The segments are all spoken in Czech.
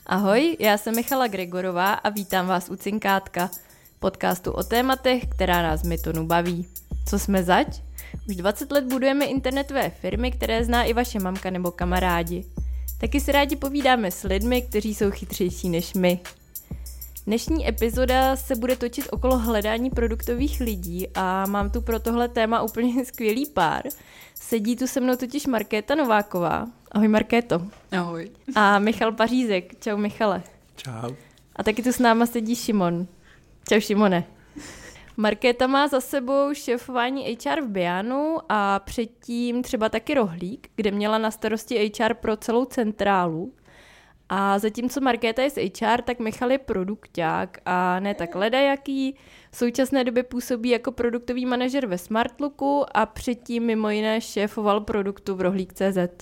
Ahoj, já jsem Michala Gregorová a vítám vás u Cinkátka, podcastu o tématech, která nás Mytonu baví. Co jsme zač? Už 20 let budujeme internetové firmy, které zná i vaše mamka nebo kamarádi. Taky si rádi povídáme s lidmi, kteří jsou chytřejší než my. Dnešní epizoda se bude točit okolo hledání produktových lidí a mám tu pro tohle téma úplně skvělý pár. Sedí tu se mnou totiž Markéta Nováková. Ahoj Markéto. Ahoj. A Michal Pařízek. Čau Michale. Čau. A taky tu s náma sedí Šimon. Čau Šimone. Markéta má za sebou šéfování HR v Bianu a předtím třeba taky Rohlík, kde měla na starosti HR pro celou centrálu. A zatímco Markéta je z HR, tak Michal je produkťák a ne tak ledajaký. V současné době působí jako produktový manažer ve Smartlooku a předtím mimo jiné šéfoval produktu v Rohlík.cz.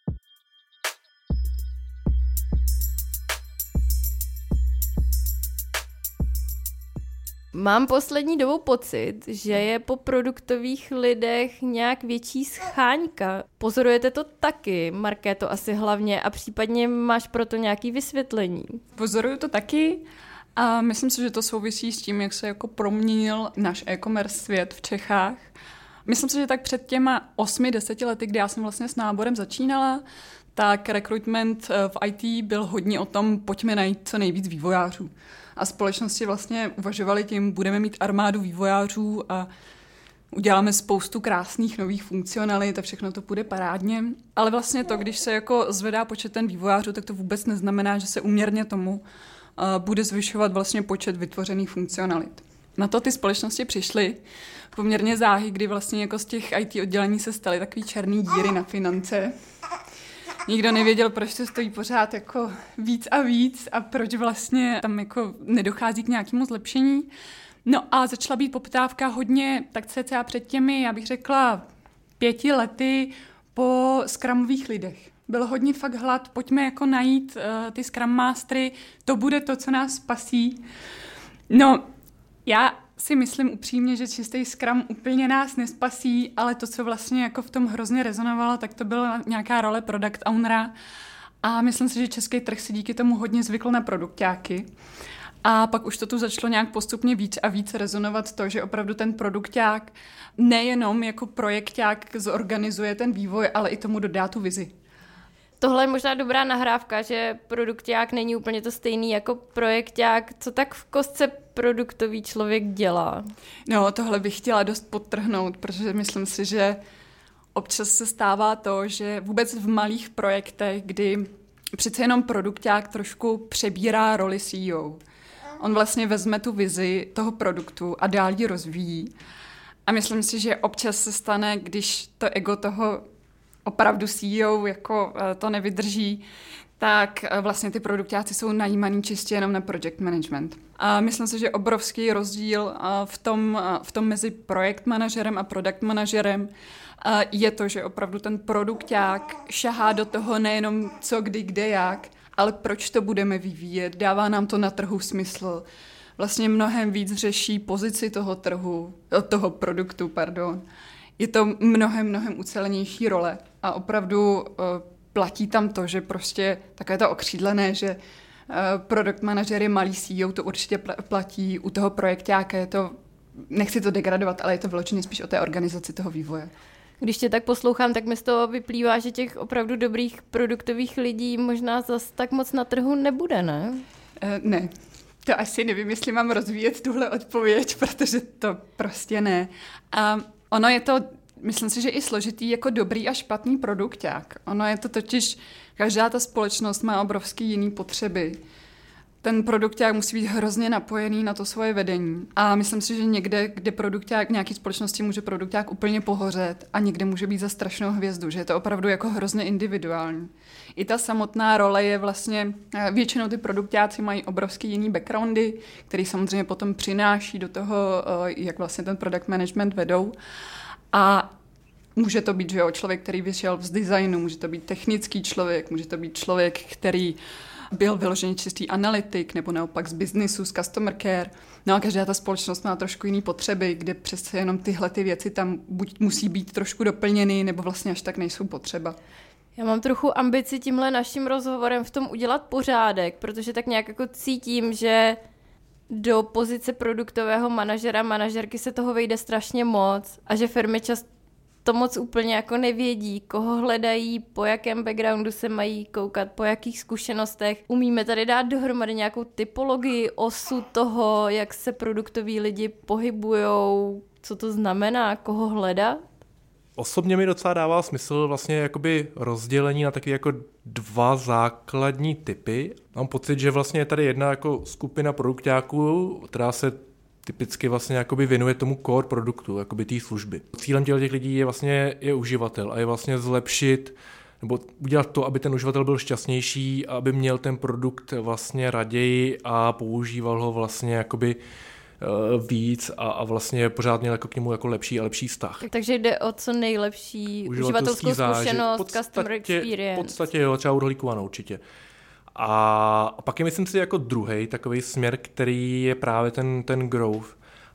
Mám poslední dobou pocit, že je po produktových lidech nějak větší scháňka. Pozorujete to taky, Markéto, asi hlavně, a případně máš proto nějaké vysvětlení? Pozoruju to taky a myslím si, že to souvisí s tím, jak se jako proměnil náš e-commerce svět v Čechách. Myslím si, že tak před těma 8-10 lety, kdy já jsem vlastně s náborem začínala, tak rekrutment v IT byl hodně o tom, pojďme najít co nejvíc vývojářů. A společnosti vlastně uvažovaly tím, budeme mít armádu vývojářů a uděláme spoustu krásných nových funkcionalit a všechno to půjde parádně. Ale vlastně to, když se jako zvedá počet ten vývojářů, tak to vůbec neznamená, že se úměrně tomu bude zvyšovat vlastně počet vytvořených funkcionalit. Na to ty společnosti přišly poměrně záhy, kdy vlastně jako z těch IT oddělení se staly takový černý díry na finance. Nikdo nevěděl, proč to stojí pořád jako víc a proč vlastně tam jako nedochází k nějakému zlepšení. No a začala být poptávka hodně, tak cca před těmi, já bych řekla, 5 lety po scrumových lidech. Byl hodně fakt hlad, pojďme jako najít ty Scrum Mastery, to bude to, co nás spasí. No, já si myslím upřímně, že čistý Scrum úplně nás nespasí, ale to, co vlastně jako v tom hrozně rezonovalo, tak to byla nějaká role product ownera a myslím si, že český trh si díky tomu hodně zvykl na produkťáky. A pak už to tu začalo nějak postupně víc a víc rezonovat to, že opravdu ten produkťák nejenom jako projekťák zorganizuje ten vývoj, ale i tomu dodá tu vizi. Tohle je možná dobrá nahrávka, že produkťák není úplně to stejný jako projekťák. Co tak v kostce produktový člověk dělá? No, tohle bych chtěla dost podtrhnout, protože myslím si, že občas se stává to, že vůbec v malých projektech, kdy přece jenom produkťák trošku přebírá roli CEO. On vlastně vezme tu vizi toho produktu a dál ji rozvíjí. A myslím si, že občas se stane, když to ego toho opravdu CEO jako to nevydrží, tak vlastně ty produkťáci jsou najímaní čistě jenom na project management. A myslím si, že obrovský rozdíl v tom mezi projekt manažerem a product manažerem je to, že opravdu ten produkťák šahá do toho nejenom co, kdy, kde, jak, ale proč to budeme vyvíjet, dává nám to na trhu smysl. Vlastně mnohem víc řeší pozici toho produktu, pardon. Je to mnohem ucelenější role a opravdu platí tam to, že prostě takové to okřídlené, že product manažer je malý CEO, to určitě platí u toho projekťáka, je to, nechci to degradovat, ale je to vyloženě spíš o té organizaci toho vývoje. Když tě tak poslouchám, tak mi z toho vyplývá, že těch opravdu dobrých produktových lidí možná zas tak moc na trhu nebude, ne? Ne. To asi nevím, jestli mám rozvíjet tuhle odpověď, protože to prostě ne. A ono je to, myslím si, že i složitý jako dobrý a špatný produkťák. Ono je to totiž, každá ta společnost má obrovský jiný potřeby. Ten produkťák musí být hrozně napojený na to svoje vedení. A myslím si, že někde, kde produkťák, v nějaké společnosti může produkťák úplně pohořet a někde může být za strašnou hvězdu, že je to opravdu jako hrozně individuální. I ta samotná role je vlastně, většinou ty produkťáci mají obrovský jiný backgroundy, který samozřejmě potom přináší do toho, jak vlastně ten product management vedou. A může to být, že jo, člověk, který vyšel z designu, může to být technický člověk, může to být člověk, který byl vyložený čistý analytik, nebo naopak z biznisu, z customer care. No a každá ta společnost má trošku jiný potřeby, kde přece jenom tyhle ty věci tam buď musí být trošku doplněny, nebo vlastně až tak nejsou potřeba. Já mám trochu ambici tímhle naším rozhovorem v tom udělat pořádek, protože tak nějak jako cítím, že do pozice produktového manažerky se toho vejde strašně moc a že firmy často moc úplně jako nevědí, koho hledají, po jakém backgroundu se mají koukat, po jakých zkušenostech. Umíme tady dát dohromady nějakou typologii, osu toho, jak se produktoví lidi pohybujou, co to znamená, koho hledat? Osobně mi docela dává smysl vlastně jakoby rozdělení na takové jako dva základní typy. Mám pocit, že vlastně je tady jedna jako skupina produktáků, která se typicky vlastně jakoby věnuje tomu core produktu, jakoby té služby. Cílem těch lidí je vlastně uživatel a je vlastně zlepšit nebo udělat to, aby ten uživatel byl šťastnější a aby měl ten produkt vlastně raději a používal ho vlastně jakoby víc a vlastně pořád měl jako k němu jako lepší a lepší vztah. Takže jde o co nejlepší uživatelskou zkušenost, customer experience. V podstatě jo, třeba Urhlíku ano, určitě. A pak je, myslím si, jako druhý takový směr, který je právě ten growth.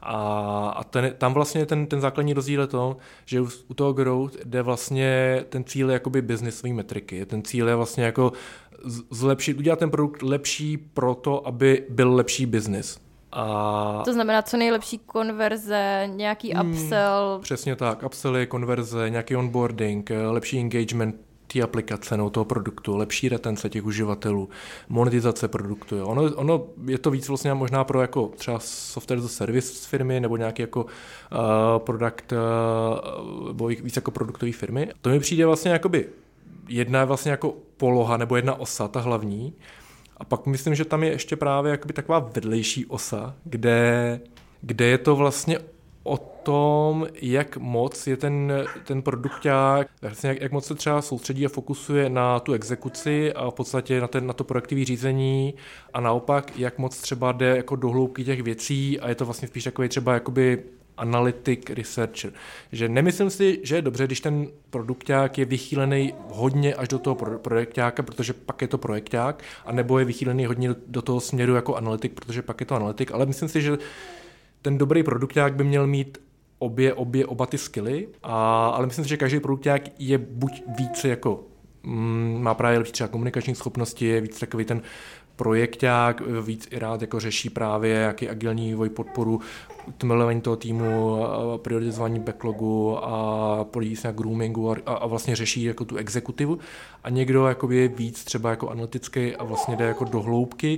A tam vlastně ten základní rozdíl je to, že u toho growth jde vlastně ten cíl jakoby businessové metriky. Ten cíl je vlastně jako zlepšit, udělat ten produkt lepší proto, aby byl lepší business. To znamená co nejlepší konverze, nějaký upsell. Přesně tak, upsely, konverze, nějaký onboarding, lepší engagement té aplikace nebo toho produktu, lepší retence těch uživatelů, monetizace produktu. Jo. Ono je to víc vlastně možná pro jako třeba software as a service firmy nebo nějaký jako product, nebo víc jako produktové firmy. To mi přijde vlastně jakoby jedna vlastně jako poloha nebo jedna osa, ta hlavní. A pak myslím, že tam je ještě právě jakoby taková vedlejší osa, kde je to vlastně o tom, jak moc je ten produkták, vlastně jak moc se třeba soustředí a fokusuje na tu exekuci a v podstatě na to projektové řízení a naopak, jak moc třeba jde jako do hloubky těch věcí a je to vlastně spíš takový třeba jakoby analytic researcher. Že nemyslím si, že je dobře, když ten produkták je vychýlený hodně až do toho projektáka, protože pak je to projekták, a nebo je vychýlený hodně do toho směru jako analytik, protože pak je to analytik, ale myslím si, že ten dobrý produkták by měl mít oba ty skilly, ale myslím si, že každý produkták je buď více jako má právě lepší třeba komunikační schopnosti, je víc takový ten projekták, víc i rád jako řeší právě jaký agilní vývoj, podporu, tmelování toho týmu, prioritizování backlogu a podílí se na groomingu a vlastně řeší jako tu exekutivu. A někdo jakoby je víc třeba jako analytický a vlastně jde jako do hloubky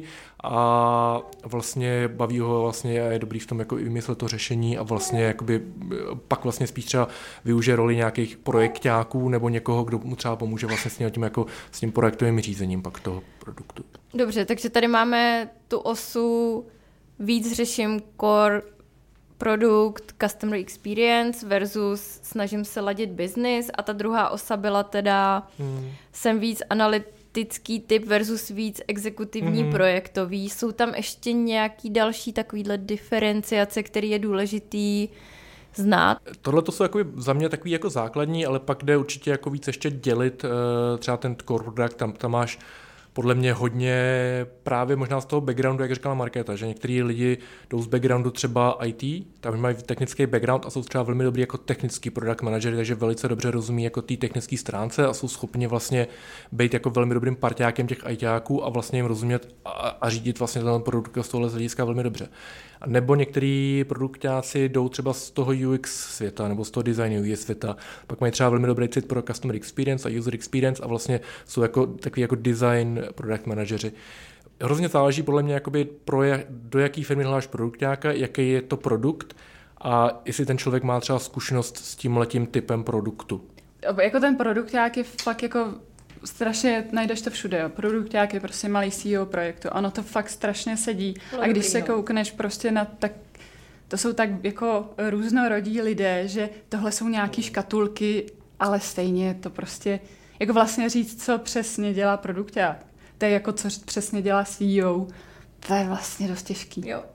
a vlastně baví ho vlastně a je dobrý v tom jako i vymyslet to řešení a vlastně jakoby pak vlastně spíš třeba využije roli nějakých projektáků nebo někoho, kdo mu třeba pomůže vlastně s tím projektovým řízením pak toho produktu. Dobře, takže tady máme tu osu víc řeším core produkt, customer experience versus snažím se ladit business a ta druhá osa byla teda jsem víc analytický typ versus víc exekutivní projektový. Jsou tam ještě nějaký další takovýhle diferenciace, který je důležitý znát? Tohle to jsou jako za mě takový jako základní, ale pak jde určitě jako víc ještě dělit třeba ten core product, tam máš podle mě hodně právě možná z toho backgroundu, jak říkala Markéta, že některý lidi jdou z backgroundu třeba IT, tam mají technický background a jsou třeba velmi dobrý jako technický product manažery, takže velice dobře rozumí jako té technické stránce a jsou schopni vlastně být jako velmi dobrým parťákem těch ITáků a vlastně jim rozumět a řídit vlastně ten produkt z tohle hlediska velmi dobře. Nebo některý produktáci jdou třeba z toho UX světa nebo z toho designu UX světa, pak mají třeba velmi dobrý cit pro customer experience a user experience a vlastně jsou jako takový jako design product manažeři. Hrozně záleží podle mě, jakoby do jaký firmy hledáš produktáka, jaký je to produkt a jestli ten člověk má třeba zkušenost s tímhletím typem produktu. Jako ten produkták je fakt jako strašně, najdeš to všude, jo. Produkták je prostě malý CEO projektu, ono to fakt strašně sedí. A když se koukneš prostě na tak, to jsou tak jako různorodí lidé, že tohle jsou nějaký škatulky, ale stejně to prostě, jako vlastně říct, co přesně dělá produkták. To je jako, co přesně dělá CEO. To je vlastně dost těžký. Jo.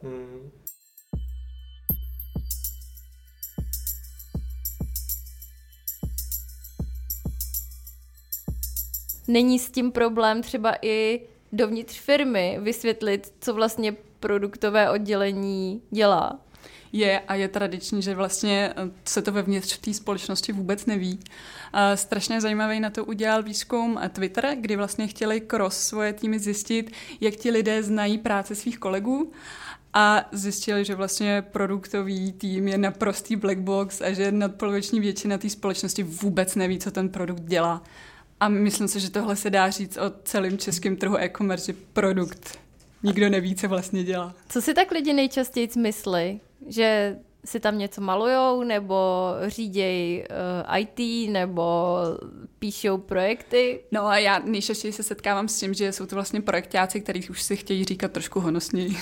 Není s tím problém třeba i dovnitř firmy vysvětlit, co vlastně produktové oddělení dělá? je tradiční, že vlastně se to vevnitř v té společnosti vůbec neví. Strašně zajímavý na to udělal výzkum Twitter, kdy vlastně chtěli cross svoje týmy zjistit, jak ti lidé znají práce svých kolegů a zjistili, že vlastně produktový tým je naprostý black box a že nadpoloviční většina té společnosti vůbec neví, co ten produkt dělá. A myslím si, že tohle se dá říct o celém českém trhu e-commerce, že produkt nikdo neví, co vlastně dělá. Co si tak lidi nejčastěji myslí? Že si tam něco malujou, nebo řídějí IT, nebo píšou projekty? No a já nejčastěji se setkávám s tím, že jsou to vlastně projektáci, kteří už si chtějí říkat trošku honosněji.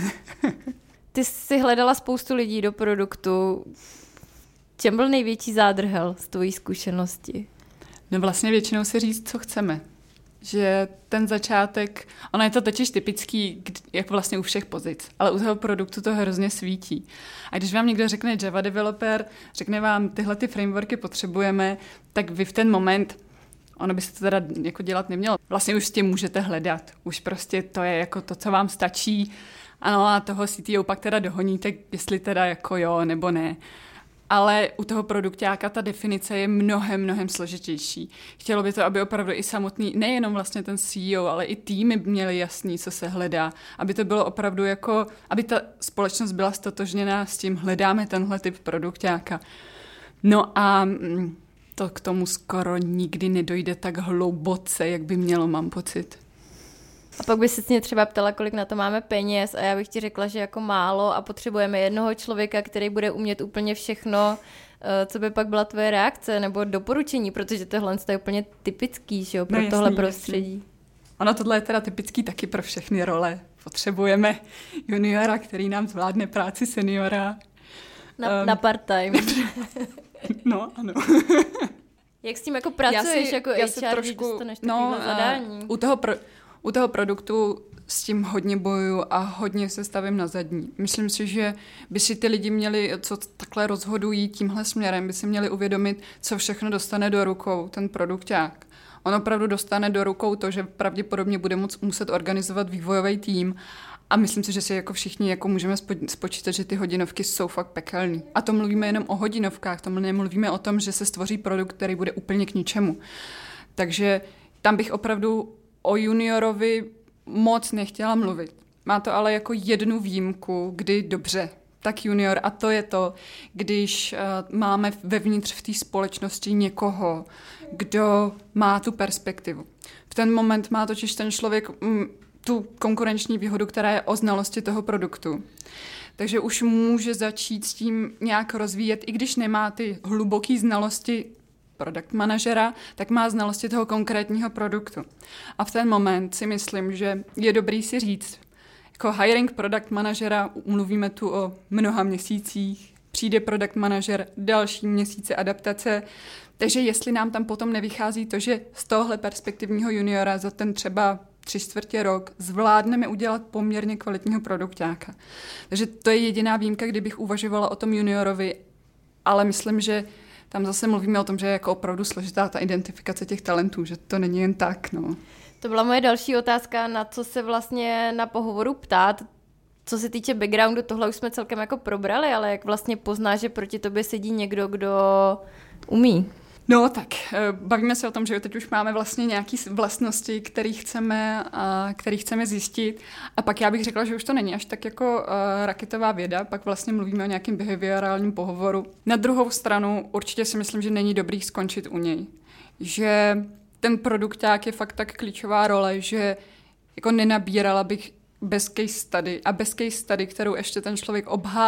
Ty jsi hledala spoustu lidí do produktu. Čem byl největší zádrhel z tvojí zkušenosti? No vlastně většinou si říct, co chceme. Že ten začátek, ono je to totiž typický, jak vlastně u všech pozic, ale u toho produktu to hrozně svítí. A když vám někdo řekne Java developer, řekne vám, tyhle ty frameworky potřebujeme, tak vy v ten moment, ono by se to teda jako dělat nemělo, vlastně už s tím můžete hledat. Už prostě to je jako to, co vám stačí. Ano, a toho CTO pak teda dohoníte, jestli teda jako jo nebo ne. Ale u toho produkťáka ta definice je mnohem složitější. Chtělo by to, aby opravdu i samotný, nejenom vlastně ten CEO, ale i týmy měli jasný, co se hledá. Aby to bylo opravdu jako, aby ta společnost byla stotožněná s tím, hledáme tenhle typ produkťáka. No a to k tomu skoro nikdy nedojde tak hluboce, jak by mělo, mám pocit. A pak by se mě třeba ptala, kolik na to máme peněz a já bych ti řekla, že jako málo a potřebujeme jednoho člověka, který bude umět úplně všechno, co by pak byla tvoje reakce nebo doporučení, protože tohle je úplně typický, že jo, pro tohle prostředí. Ono tohle je teda typický taky pro všechny role. Potřebujeme juniora, který nám zvládne práci seniora. Na part-time. No, ano. Jak s tím jako pracuješ jako HR, když dostaneš takovýhle zadání? U toho produktu s tím hodně bojuju a hodně se stavím na zadní. Myslím si, že by si ty lidi měli, co takhle rozhodují tímhle směrem, by si měli uvědomit, co všechno dostane do rukou ten produkťák. On opravdu dostane do rukou to, že pravděpodobně bude muset organizovat vývojový tým a myslím si, že si jako všichni jako můžeme spočítat, že ty hodinovky jsou fakt pekelný. A to mluvíme jenom o hodinovkách, to nemluvíme o tom, že se stvoří produkt, který bude úplně k ničemu. Takže tam bych opravdu o juniorovi moc nechtěla mluvit. Má to ale jako jednu výjimku, kdy dobře, tak junior, a to je to, když máme vevnitř v té společnosti někoho, kdo má tu perspektivu. V ten moment má totiž ten člověk tu konkurenční výhodu, která je o znalosti toho produktu. Takže už může začít s tím nějak rozvíjet, i když nemá ty hluboké znalosti product manažera, tak má znalosti toho konkrétního produktu. A v ten moment si myslím, že je dobrý si říct, jako hiring product manažera, mluvíme tu o mnoha měsících, přijde product manažer, další měsíce adaptace, takže jestli nám tam potom nevychází to, že z tohle perspektivního juniora za ten třeba 3/4 rok zvládneme udělat poměrně kvalitního produkťáka. Takže to je jediná výjimka, kdybych uvažovala o tom juniorovi, ale myslím, že tam zase mluvíme o tom, že je jako opravdu složitá ta identifikace těch talentů, že to není jen tak, no. To byla moje další otázka, na co se vlastně na pohovoru ptát. Co se týče backgroundu, tohle už jsme celkem jako probrali, ale jak vlastně poznáš, že proti tobě sedí někdo, kdo umí? No tak, bavíme se o tom, že teď už máme vlastně nějaké vlastnosti, které chceme zjistit, a pak já bych řekla, že už to není až tak jako raketová věda, pak vlastně mluvíme o nějakém behaviorálním pohovoru. Na druhou stranu určitě si myslím, že není dobrý skončit u něj. Že ten produkták je fakt tak klíčová role, že jako nenabírala bych bez case study a bez case study, kterou ještě ten člověk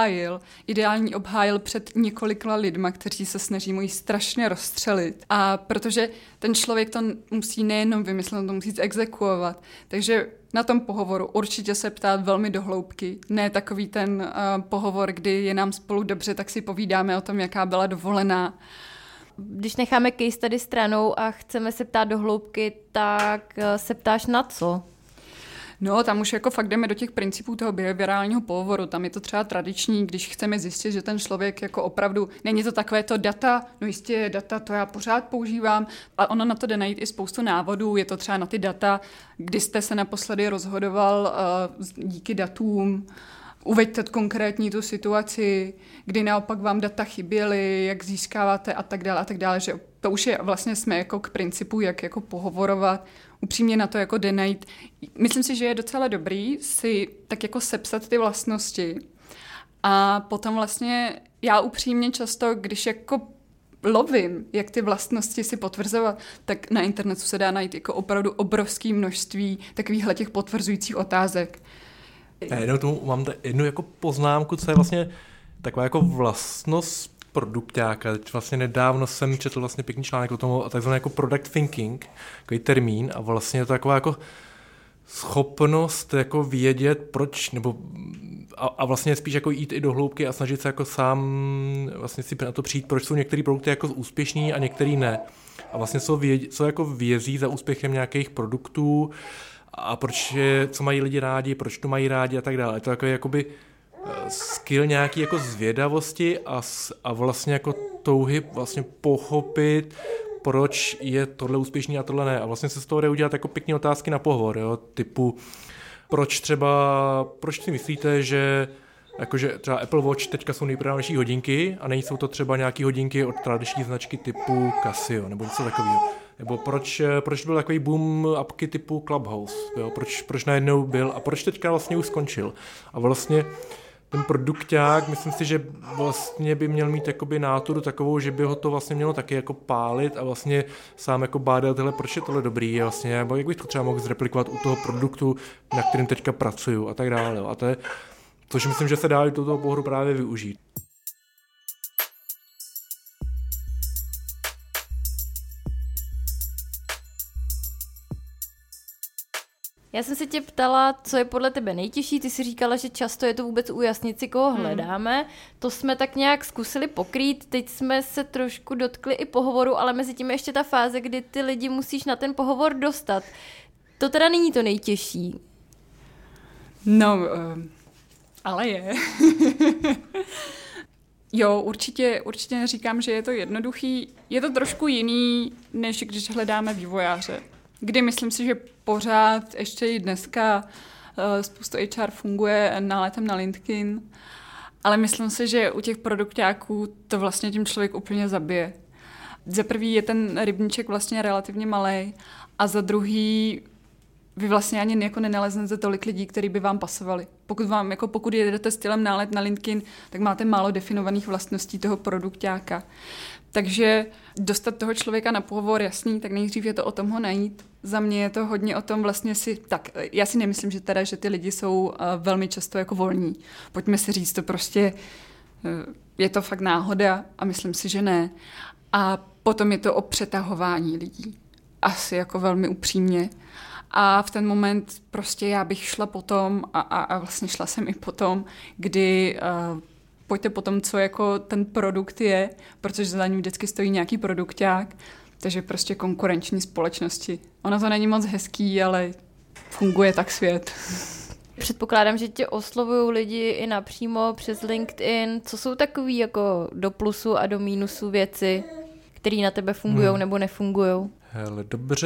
obhájil před několika lidma, kteří se snaží mu ji strašně rozstřelit. A protože ten člověk to musí nejenom vymyslet, to musí exekuovat. Takže na tom pohovoru určitě se ptát velmi do hloubky. Ne takový ten pohovor, kdy je nám spolu dobře, tak si povídáme o tom, jaká byla dovolená. Když necháme case study stranou a chceme se ptát do hloubky, tak se ptáš na co? No, tam už jako fakt jdeme do těch principů toho behaviorálního pohovoru. Tam je to třeba tradiční, když chceme zjistit, že ten člověk jako opravdu, není to takové to data, no jistě data, to já pořád používám, ale ono na to jde najít i spoustu návodů. Je to třeba na ty data, kdy jste se naposledy rozhodoval díky datům. uveďte konkrétní tu situaci, kdy naopak vám data chyběly, jak získáváte a tak dále, že to už je vlastně jsme jako k principu, jak jako pohovorovat, upřímně na to jako jde najít. Myslím si, že je docela dobrý si tak jako sepsat ty vlastnosti a potom vlastně já upřímně často, když jako lovím, jak ty vlastnosti si potvrzovat, tak na internetu se dá najít jako opravdu obrovské množství takovýchhle těch potvrzujících otázek. Já tomu mám jednu jako poznámku, co je vlastně taková jako vlastnost produkťáka. Vlastně nedávno jsem četl vlastně pěkný článek o tom, takzvaný jako product thinking, takový termín a vlastně je to taková jako schopnost jako vědět, proč, nebo a vlastně spíš jako jít i do hloubky a snažit se jako sám vlastně si na to přijít, proč jsou některé produkty jako úspěšný a některý ne. A vlastně co jako věří za úspěchem nějakých produktů a co mají lidi rádi, proč to mají rádi a tak dále. Je to jako jakoby skill nějaký jako zvědavosti a vlastně jako touhy vlastně pochopit, proč je tohle úspěšný a tohle ne. A vlastně se z toho jde udělat jako pěkné otázky na pohovor, jo? Typu, proč si myslíte, že jakože třeba Apple Watch teďka jsou nejprodávanější hodinky a nejsou to třeba nějaký hodinky od tradiční značky typu Casio nebo něco takového. Nebo proč byl takový boom apky typu Clubhouse, jo? Proč najednou byl a proč teďka vlastně už skončil. A vlastně ten produkťák, myslím si, že vlastně by měl mít jakoby náturu takovou, že by ho to vlastně mělo taky jako pálit a vlastně sám jako bádat, proč je tohle dobrý vlastně, nebo jak bych to třeba mohl zreplikovat u toho produktu, na kterým teďka pracuju a tak dále. A to je, což myslím, že se dá i do toho pohru právě využít. Já jsem se tě ptala, co je podle tebe nejtěžší, ty jsi říkala, že často je to vůbec ujasnit si, koho hledáme. To jsme tak nějak zkusili pokrýt, teď jsme se trošku dotkli i pohovoru, ale mezi tím je ještě ta fáze, kdy ty lidi musíš na ten pohovor dostat. To teda není to nejtěžší. No, ale je. Jo, určitě neříkám, že je to jednoduchý. Je to trošku jiný, než když hledáme vývojáře. Kdy myslím si, že pořád ještě i dneska spoustu HR funguje náletem na LinkedIn, ale myslím si, že u těch produkťáků to vlastně tím člověk úplně zabije. Za prvý je ten rybníček vlastně relativně malej a za druhý vy vlastně ani jako nenaleznete tolik lidí, kteří by vám pasovali. Pokud jedete stylem nálet na LinkedIn, tak máte málo definovaných vlastností toho produkťáka. Takže dostat toho člověka na pohovor, jasný, tak nejdřív je to o tom ho najít. Za mě je to hodně o tom vlastně já si nemyslím, že ty lidi jsou velmi často jako volní. Pojďme si říct, to prostě je to fakt náhoda a myslím si, že ne. A potom je to o přetahování lidí. Asi jako velmi upřímně. A v ten moment prostě já bych šla potom a vlastně šla jsem i potom, kdy pojďte potom, co jako ten produkt je, protože za ním vždycky stojí nějaký produkťák, takže prostě konkurenční společnosti. Ono to není moc hezký, ale funguje tak svět. Předpokládám, že tě oslovují lidi i napřímo přes LinkedIn. Co jsou takový jako do plusu a do mínusu věci, které na tebe fungují nebo nefungují? Hele,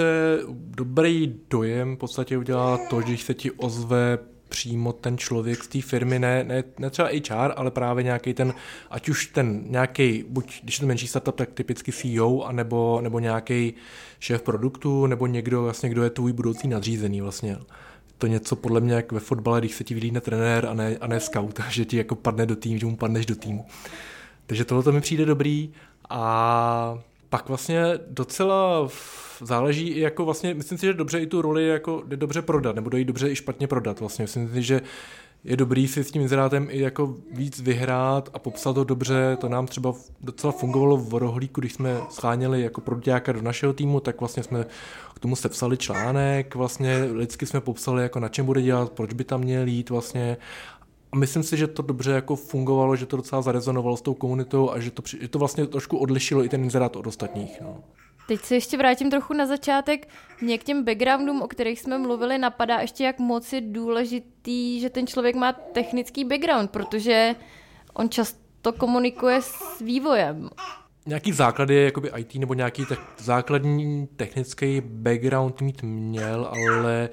dobrý dojem v podstatě udělá to, když se ti ozve přímo ten člověk z té firmy, ne třeba HR, ale právě nějaký ten, ať už ten nějaký, buď když je to menší startup, tak typicky CEO, nebo nějaký šéf produktu, nebo někdo vlastně, kdo je tvůj budoucí nadřízený vlastně. To něco podle mě jak ve fotbale, když se ti vylídne trenér a ne scout, že ti jako padne do týmu, že mu padneš do týmu. Takže tohle mi přijde dobrý a pak vlastně docela záleží i jako vlastně, myslím si, že dobře i tu roli jako jde dobře prodat, nebo jde dobře i špatně prodat vlastně. Myslím si, že je dobrý si s tím inzerátem i jako víc vyhrát a popsat to dobře. To nám třeba docela fungovalo v Rohlíku, když jsme scháněli jako produkťáka do našeho týmu, tak vlastně jsme k tomu sepsali článek, vlastně lidsky jsme popsali, jako na čem bude dělat, proč by tam měl jít vlastně. A myslím si, že to dobře jako fungovalo, že to docela zarezonovalo s tou komunitou a že to vlastně trošku odlišilo i ten inzerát od ostatních. No. Teď se ještě vrátím trochu na začátek. Mě k těm backgroundům, o kterých jsme mluvili, napadá ještě, jak moc je důležitý, že ten člověk má technický background, protože on často komunikuje s vývojem. Nějaký základy je jakoby IT nebo nějaký základní technický background mít měl, ale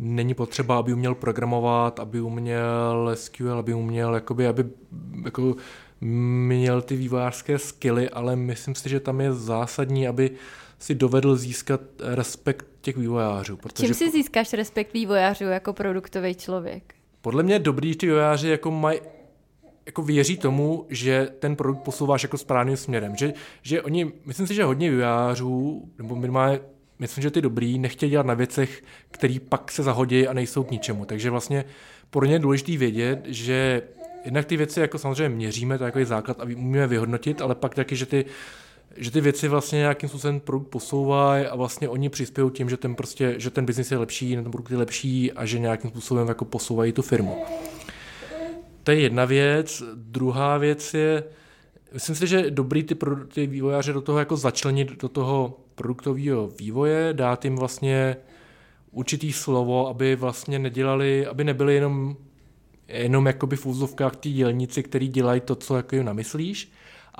není potřeba, aby uměl programovat, aby uměl SQL, aby uměl, jakoby, aby jako měl ty vývojářské skilly, ale myslím si, že tam je zásadní, aby si dovedl získat respekt těch vývojářů. Čím si získáš respekt vývojářů jako produktový člověk? Podle mě dobrý ty vývojáři jako věří tomu, že ten produkt posouváš jako správným směrem. Že oni, myslím si, že hodně vývojářů, nebo minimálně myslím, že ty dobrý nechtějí dělat na věcech, které pak se zahodí a nejsou k ničemu. Takže vlastně pro ně je důležité vědět, že jednak ty věci jako samozřejmě měříme, to je jako základ a umíme vyhodnotit, ale pak taky, že ty věci vlastně nějakým způsobem produkt posouvají a vlastně oni přispějí tím, že ten biznis je lepší, ten produkt je lepší a že nějakým způsobem jako posouvají tu firmu. To je jedna věc. Druhá věc je, myslím si, že je dobrý ty vývojáře do toho jako začlenit do toho produktového vývoje, dát jim vlastně určitý slovo, aby vlastně nedělali, aby nebyli jenom jakoby v úzovkách ty dělníci, kteří dělají to, co jako jim namyslíš,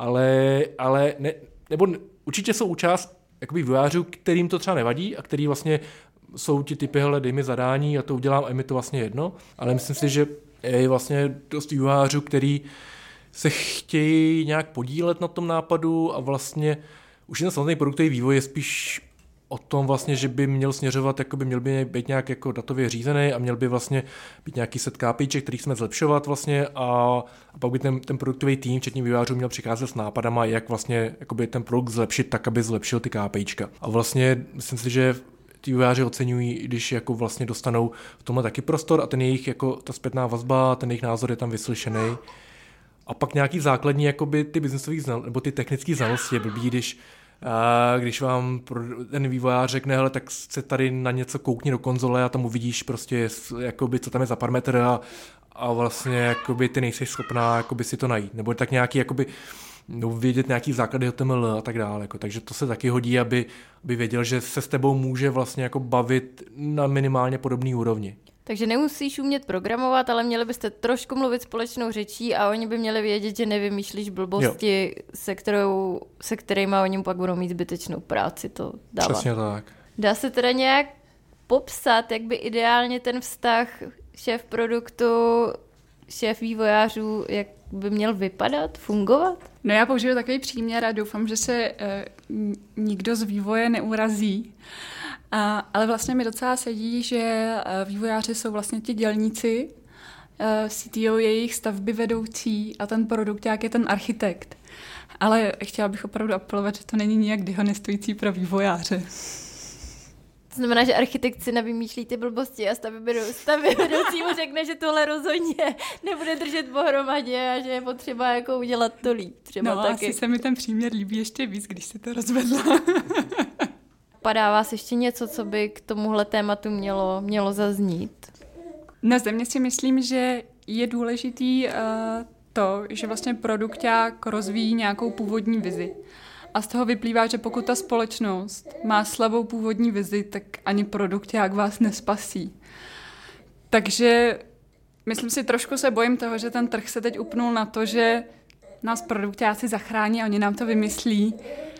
ale nebo určitě jsou účast jakoby vývojářů, kterým to třeba nevadí a který vlastně jsou ti typy, hele, dej mi zadání a to udělám a je mi to vlastně jedno, ale myslím si, že je vlastně dost vývojářů, který se chtějí nějak podílet na tom nápadu a vlastně už ten samotný produktový vývoj je spíš o tom vlastně, že by měl směřovat, jakoby měl by být nějak jako datově řízený a měl by vlastně být nějaký set KPIček, který jsme zlepšovat vlastně a pak by ten produktový tým, včetně vývojářů, měl přicházet s nápadama, jak vlastně jakoby ten produkt zlepšit tak, aby zlepšil ty KPIčka. A vlastně myslím si, že ty vývojáři oceňují, když jako vlastně dostanou v tomhle taky prostor a ten jejich jako ta zpětná vazba, ten jejich názor je tam vyslyšený. A pak nějaký základní jakoby ty biznesové nebo ty technické znalosti je blbý, když vám ten vývojář řekne, hele, tak se tady na něco koukni do konzole a tam uvidíš prostě, jakoby, co tam je za parametr a vlastně jakoby, ty nejsi schopná jakoby, si to najít. Nebo tak nějaký jakoby, vědět nějaký základy HTML a tak dále. Jako. Takže to se taky hodí, aby věděl, že se s tebou může vlastně jako bavit na minimálně podobný úrovni. Takže nemusíš umět programovat, ale měli byste trošku mluvit společnou řečí a oni by měli vědět, že nevymýšlíš blbosti, se kterými oni pak budou mít zbytečnou práci to dávat. Přesně tak. Dá se teda nějak popsat, jak by ideálně ten vztah šéf produktu, šéf vývojářů, jak by měl vypadat, fungovat? No já použiju takový příměr a doufám, že se nikdo z vývoje neurazí. Ale vlastně mi docela sedí, že vývojáři jsou vlastně ti dělníci, CTO je jejich stavby vedoucí a ten produkták je ten architekt. Ale chtěla bych opravdu apelovat, že to není nijak dehonestující pro vývojáře. To znamená, že architekt si nevymýšlí ty blbosti a stavby vedoucí mu řekne, že tohle rozhodně nebude držet pohromadě a že je potřeba jako udělat to líp. Třeba no taky. Asi se mi ten příměr líbí ještě víc, když se to rozvedla. Padá vás ještě něco, co by k tomuhle tématu mělo zaznít? Na země si myslím, že je důležitý to, že vlastně produkták rozvíjí nějakou původní vizi. A z toho vyplývá, že pokud ta společnost má slabou původní vizi, tak ani produkták vás nespasí. Takže myslím si, trošku se bojím toho, že ten trh se teď upnul na to, že nás produktáci zachrání a oni nám to vymyslí.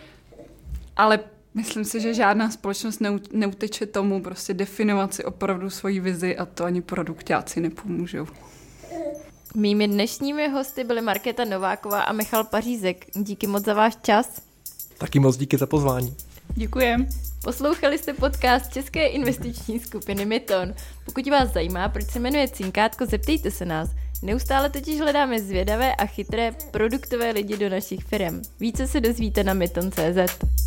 Ale myslím si, že žádná společnost neuteče tomu prostě definovat si opravdu svoji vizi a to ani produktáci nepomůžou. Mými dnešními hosty byly Markéta Nováková a Michal Pařízek. Díky moc za váš čas. Taky moc díky za pozvání. Děkujem. Poslouchali jste podcast české investiční skupiny Myton. Pokud vás zajímá, proč se jmenuje Cinkátko, zeptejte se nás. Neustále totiž hledáme zvědavé a chytré produktové lidi do našich firem. Více se dozvíte na myton.cz.